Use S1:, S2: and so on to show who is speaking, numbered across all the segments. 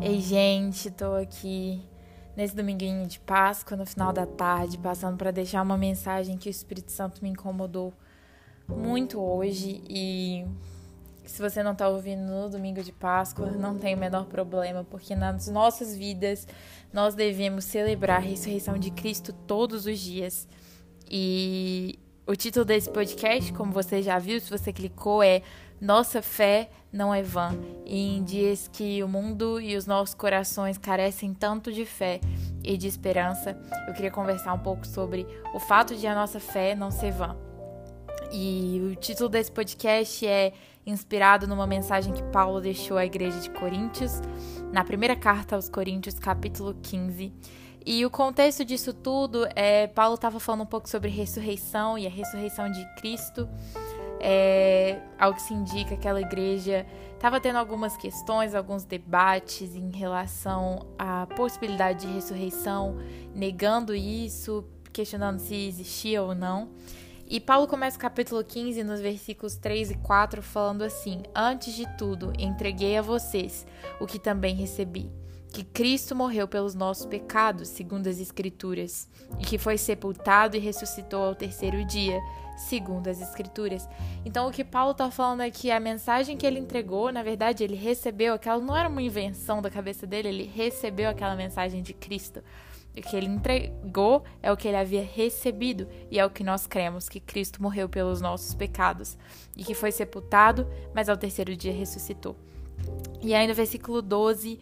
S1: Ei, gente, tô aqui nesse dominguinho de Páscoa, no final da tarde, passando para deixar uma mensagem que o Espírito Santo me incomodou muito hoje. E se você não tá ouvindo no domingo de Páscoa, não tem o menor problema, porque nas nossas vidas nós devemos celebrar a ressurreição de Cristo todos os dias. E o título desse podcast, como você já viu, se você clicou, é Nossa Fé Não é Vã. E em dias que o mundo e os nossos corações carecem tanto de fé e de esperança, eu queria conversar um pouco sobre o fato de a nossa fé não ser vã. E o título desse podcast é inspirado numa mensagem que Paulo deixou à igreja de Coríntios, na primeira carta aos Coríntios, capítulo 15. E o contexto disso tudo é, Paulo estava falando um pouco sobre ressurreição e a ressurreição de Cristo. Ao que se indica, aquela igreja estava tendo algumas questões, alguns debates em relação à possibilidade de ressurreição, negando isso, questionando se existia ou não. E Paulo começa o capítulo 15, nos versículos 3 e 4, falando assim: Antes de tudo, entreguei a vocês o que também recebi, que Cristo morreu pelos nossos pecados, segundo as Escrituras, e que foi sepultado e ressuscitou ao terceiro dia, segundo as Escrituras. Então, o que Paulo está falando é que a mensagem que ele entregou, na verdade, ele recebeu aquela, não era uma invenção da cabeça dele, ele recebeu aquela mensagem de Cristo. O que ele entregou é o que ele havia recebido, e é o que nós cremos, que Cristo morreu pelos nossos pecados, e que foi sepultado, mas ao terceiro dia ressuscitou. E aí no versículo 12,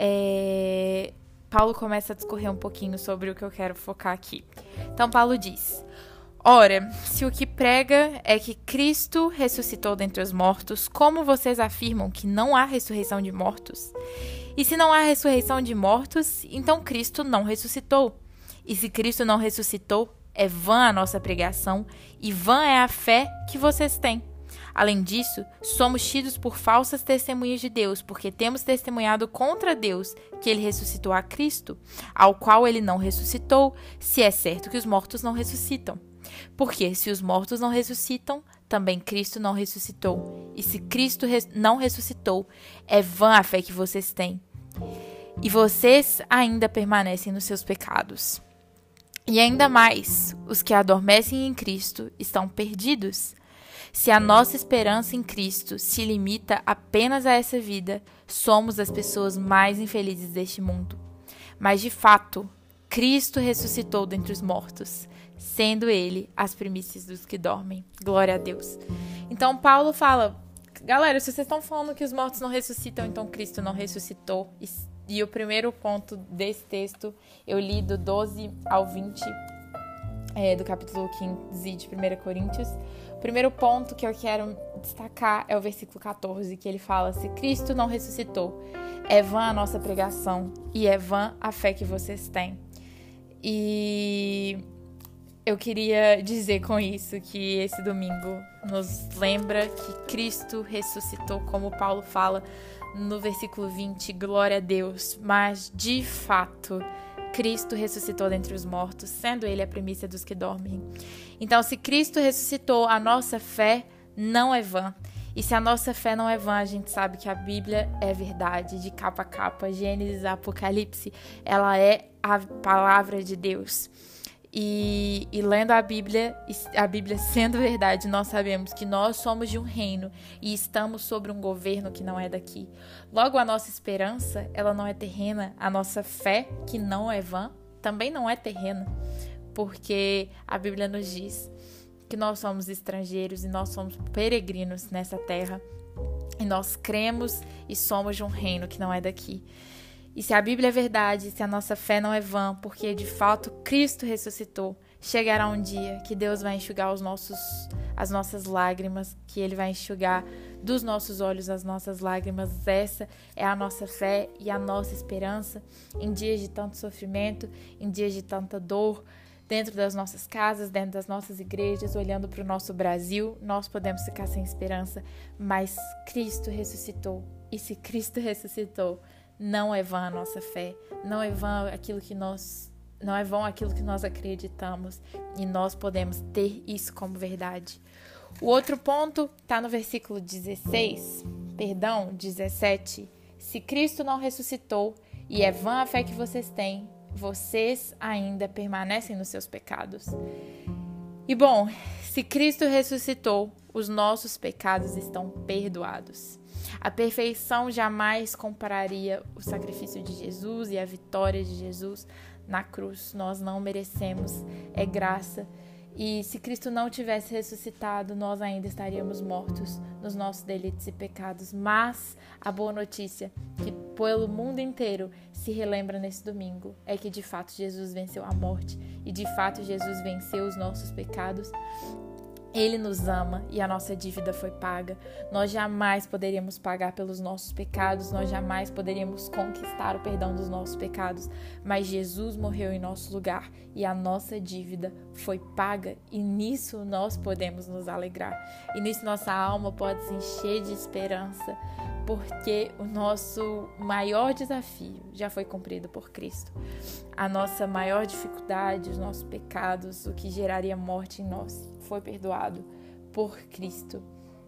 S1: Paulo começa a discorrer um pouquinho sobre o que eu quero focar aqui. Então Paulo diz: Ora, se o que prega é que Cristo ressuscitou dentre os mortos, como vocês afirmam que não há ressurreição de mortos? E se não há ressurreição de mortos, então Cristo não ressuscitou. E se Cristo não ressuscitou, é vã a nossa pregação e vã é a fé que vocês têm. Além disso, somos tidos por falsas testemunhas de Deus, porque temos testemunhado contra Deus que ele ressuscitou a Cristo, ao qual ele não ressuscitou, se é certo que os mortos não ressuscitam. Porque se os mortos não ressuscitam, também Cristo não ressuscitou. E se Cristo não ressuscitou, é vã a fé que vocês têm. E vocês ainda permanecem nos seus pecados. E ainda mais, os que adormecem em Cristo estão perdidos. Se a nossa esperança em Cristo se limita apenas a essa vida, somos as pessoas mais infelizes deste mundo. Mas de fato, Cristo ressuscitou dentre os mortos, sendo ele as primícias dos que dormem. Glória a Deus. Então Paulo fala: galera, se vocês estão falando que os mortos não ressuscitam, então Cristo não ressuscitou. E o primeiro ponto desse texto, eu li do 12 ao 20, do capítulo 15 de 1 Coríntios. O primeiro ponto que eu quero destacar é o versículo 14, que ele fala: se Cristo não ressuscitou, é vã a nossa pregação e é vã a fé que vocês têm. E eu queria dizer com isso que esse domingo nos lembra que Cristo ressuscitou, como Paulo fala no versículo 20, glória a Deus, mas de fato Cristo ressuscitou dentre os mortos, sendo ele a primícia dos que dormem. Então, se Cristo ressuscitou, a nossa fé não é vã. E se a nossa fé não é vã, a gente sabe que a Bíblia é verdade, de capa a capa, Gênesis, Apocalipse, ela é a palavra de Deus. E lendo a Bíblia sendo verdade, nós sabemos que nós somos de um reino e estamos sobre um governo que não é daqui. Logo, a nossa esperança, ela não é terrena. A nossa fé, que não é vã, também não é terrena, porque a Bíblia nos diz que nós somos estrangeiros e nós somos peregrinos nessa terra, e nós cremos e somos de um reino que não é daqui. E se a Bíblia é verdade, se a nossa fé não é vã, porque de fato Cristo ressuscitou, chegará um dia que Deus vai enxugar as nossas lágrimas, que Ele vai enxugar dos nossos olhos as nossas lágrimas. Essa é a nossa fé e a nossa esperança em dias de tanto sofrimento, em dias de tanta dor, dentro das nossas casas, dentro das nossas igrejas, olhando para o nosso Brasil. Nós podemos ficar sem esperança, mas Cristo ressuscitou. E se Cristo ressuscitou, não é vã a nossa fé, não é vão aquilo que nós acreditamos, e nós podemos ter isso como verdade. O outro ponto está no versículo 17, Se Cristo não ressuscitou e é vã a fé que vocês têm, vocês ainda permanecem nos seus pecados. E bom, se Cristo ressuscitou, os nossos pecados estão perdoados. A perfeição jamais compararia o sacrifício de Jesus e a vitória de Jesus na cruz. Nós não merecemos, é graça. E se Cristo não tivesse ressuscitado, nós ainda estaríamos mortos nos nossos delitos e pecados. Mas a boa notícia, que pelo mundo inteiro se relembra nesse domingo, é que de fato Jesus venceu a morte e de fato Jesus venceu os nossos pecados. Ele nos ama e a nossa dívida foi paga. Nós jamais poderíamos pagar pelos nossos pecados, nós jamais poderíamos conquistar o perdão dos nossos pecados, mas Jesus morreu em nosso lugar e a nossa dívida foi paga e nisso nós podemos nos alegrar. E nisso nossa alma pode se encher de esperança, porque o nosso maior desafio já foi cumprido por Cristo. A nossa maior dificuldade, os nossos pecados, o que geraria morte em nós, foi perdoado por Cristo.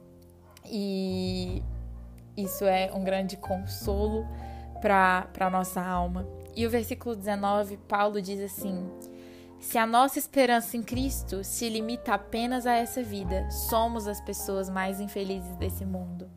S1: E isso é um grande consolo para a nossa alma. E o versículo 19, Paulo diz assim: se a nossa esperança em Cristo se limita apenas a essa vida, somos as pessoas mais infelizes desse mundo.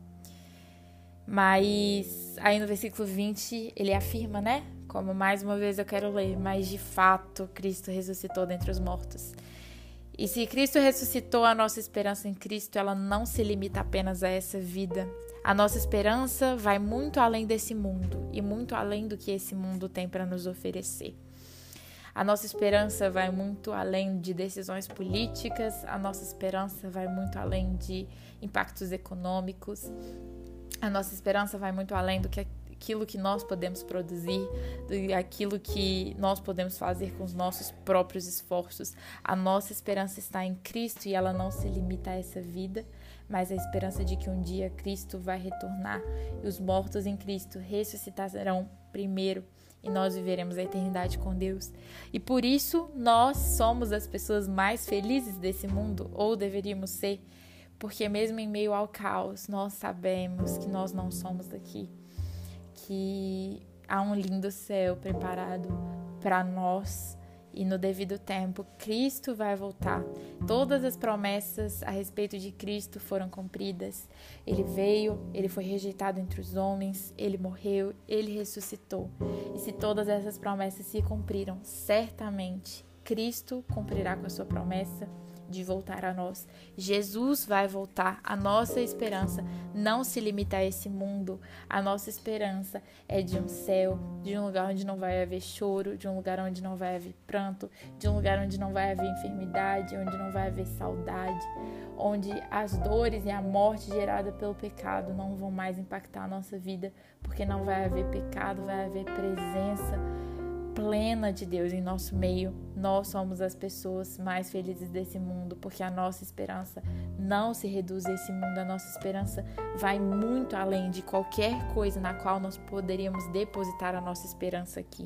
S1: Mas aí no versículo 20 ele afirma, né? Como mais uma vez eu quero ler, mas de fato Cristo ressuscitou dentre os mortos. E se Cristo ressuscitou, a nossa esperança em Cristo, ela não se limita apenas a essa vida. A nossa esperança vai muito além desse mundo e muito além do que esse mundo tem para nos oferecer. A nossa esperança vai muito além de decisões políticas, a nossa esperança vai muito além de impactos econômicos. A nossa esperança vai muito além do que aquilo que nós podemos produzir, daquilo que nós podemos fazer com os nossos próprios esforços. A nossa esperança está em Cristo e ela não se limita a essa vida, mas a esperança de que um dia Cristo vai retornar e os mortos em Cristo ressuscitarão primeiro e nós viveremos a eternidade com Deus. E por isso nós somos as pessoas mais felizes desse mundo, ou deveríamos ser, porque mesmo em meio ao caos, nós sabemos que nós não somos daqui, que há um lindo céu preparado para nós e no devido tempo Cristo vai voltar. Todas as promessas a respeito de Cristo foram cumpridas. Ele veio, ele foi rejeitado entre os homens, ele morreu, ele ressuscitou. E se todas essas promessas se cumpriram, certamente Cristo cumprirá com a sua promessa de voltar a nós. Jesus vai voltar. A nossa esperança não se limita a esse mundo. A nossa esperança é de um céu, de um lugar onde não vai haver choro, de um lugar onde não vai haver pranto, de um lugar onde não vai haver enfermidade, onde não vai haver saudade, onde as dores e a morte gerada pelo pecado não vão mais impactar a nossa vida, porque não vai haver pecado, vai haver presença plena de Deus em nosso meio. Nós somos as pessoas mais felizes desse mundo, porque a nossa esperança não se reduz a esse mundo. A nossa esperança vai muito além de qualquer coisa na qual nós poderíamos depositar a nossa esperança aqui.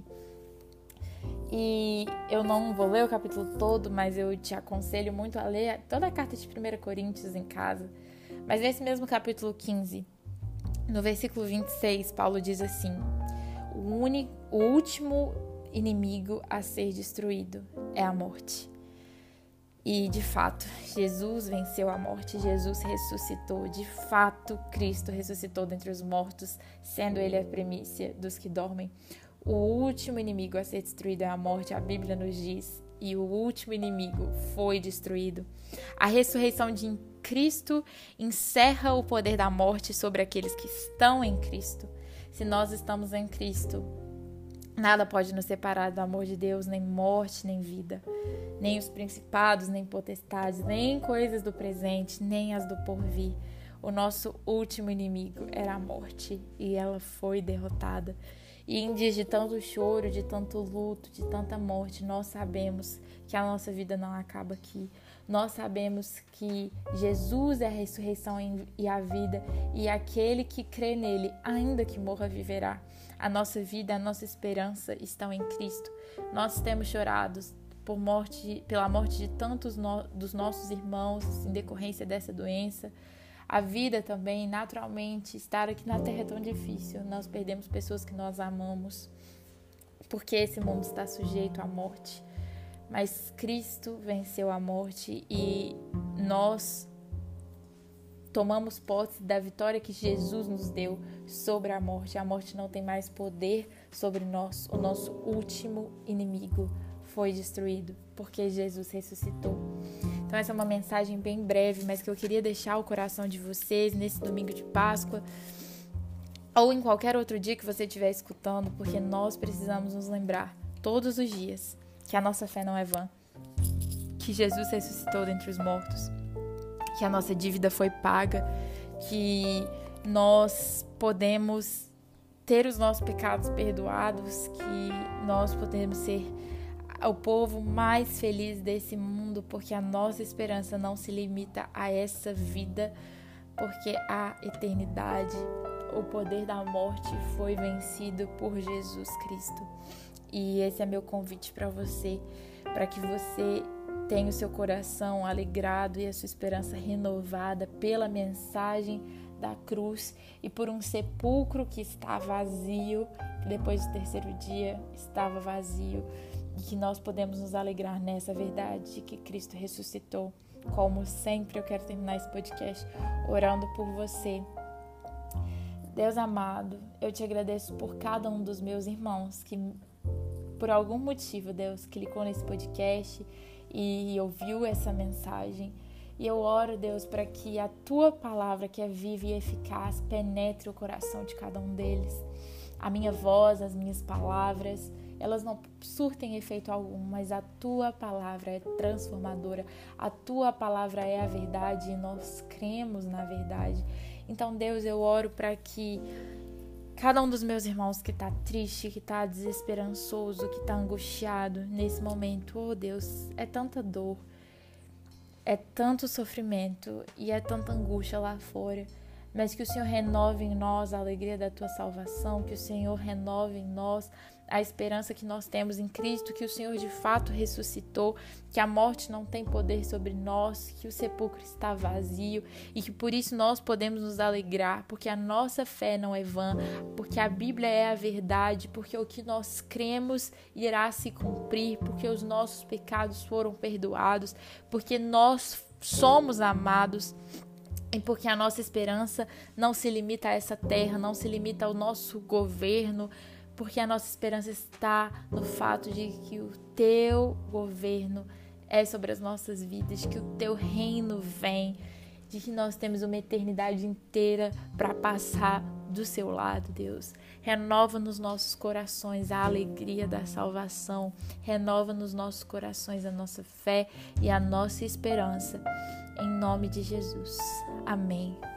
S1: E eu não vou ler o capítulo todo, mas eu te aconselho muito a ler toda a carta de 1 Coríntios em casa. Mas nesse mesmo capítulo 15, no versículo 26, Paulo diz assim: o último inimigo a ser destruído é a morte. E de fato, Jesus venceu a morte, Jesus ressuscitou. De fato, Cristo ressuscitou dentre os mortos, sendo ele a primícia dos que dormem. O último inimigo a ser destruído é a morte, a Bíblia nos diz, e o último inimigo foi destruído. A ressurreição de Cristo encerra o poder da morte sobre aqueles que estão em Cristo. Se nós estamos em Cristo, nada pode nos separar do amor de Deus, nem morte, nem vida, nem os principados, nem potestades, nem coisas do presente, nem as do porvir. O nosso último inimigo era a morte e ela foi derrotada. E em dias de tanto choro, de tanto luto, de tanta morte, nós sabemos que a nossa vida não acaba aqui. Nós sabemos que Jesus é a ressurreição e a vida, e aquele que crê nele, ainda que morra, viverá. A nossa vida, a nossa esperança estão em Cristo. Nós temos chorado pela morte de tantos dos nossos irmãos em decorrência dessa doença. A vida também, naturalmente, estar aqui na Terra é tão difícil. Nós perdemos pessoas que nós amamos, porque esse mundo está sujeito à morte. Mas Cristo venceu a morte e nós tomamos posse da vitória que Jesus nos deu sobre a morte. A morte não tem mais poder sobre nós. O nosso último inimigo foi destruído, porque Jesus ressuscitou. Então essa é uma mensagem bem breve, mas que eu queria deixar o coração de vocês nesse domingo de Páscoa, ou em qualquer outro dia que você estiver escutando, porque nós precisamos nos lembrar todos os dias que a nossa fé não é vã, que Jesus ressuscitou dentre os mortos, que a nossa dívida foi paga, que nós podemos ter os nossos pecados perdoados, que nós podemos ser o povo mais feliz desse mundo, porque a nossa esperança não se limita a essa vida, porque a eternidade, o poder da morte foi vencido por Jesus Cristo. E esse é meu convite para você, para que você tenha o seu coração alegrado e a sua esperança renovada pela mensagem da cruz e por um sepulcro que está vazio, que depois do terceiro dia estava vazio, e que nós podemos nos alegrar nessa verdade de que Cristo ressuscitou. Como sempre, eu quero terminar esse podcast orando por você. Deus amado, eu te agradeço por cada um dos meus irmãos que, por algum motivo, Deus, clicou nesse podcast e ouviu essa mensagem. E eu oro, Deus, para que a Tua palavra, que é viva e eficaz, penetre o coração de cada um deles. A minha voz, as minhas palavras, elas não surtem efeito algum, mas a Tua palavra é transformadora. A Tua palavra é a verdade e nós cremos na verdade. Então, Deus, eu oro para que cada um dos meus irmãos que está triste, que está desesperançoso, que está angustiado nesse momento, oh Deus, é tanta dor, é tanto sofrimento e é tanta angústia lá fora, mas que o Senhor renove em nós a alegria da Tua salvação, que o Senhor renove em nós a esperança que nós temos em Cristo, que o Senhor de fato ressuscitou, que a morte não tem poder sobre nós, que o sepulcro está vazio e que por isso nós podemos nos alegrar, porque a nossa fé não é vã, porque a Bíblia é a verdade, porque o que nós cremos irá se cumprir, porque os nossos pecados foram perdoados, porque nós somos amados. E porque a nossa esperança não se limita a essa terra, não se limita ao nosso governo, porque a nossa esperança está no fato de que o Teu governo é sobre as nossas vidas, que o Teu reino vem, de que nós temos uma eternidade inteira para passar do Seu lado, Deus. Renova nos nossos corações a alegria da salvação, renova nos nossos corações a nossa fé e a nossa esperança. Em nome de Jesus. Amém.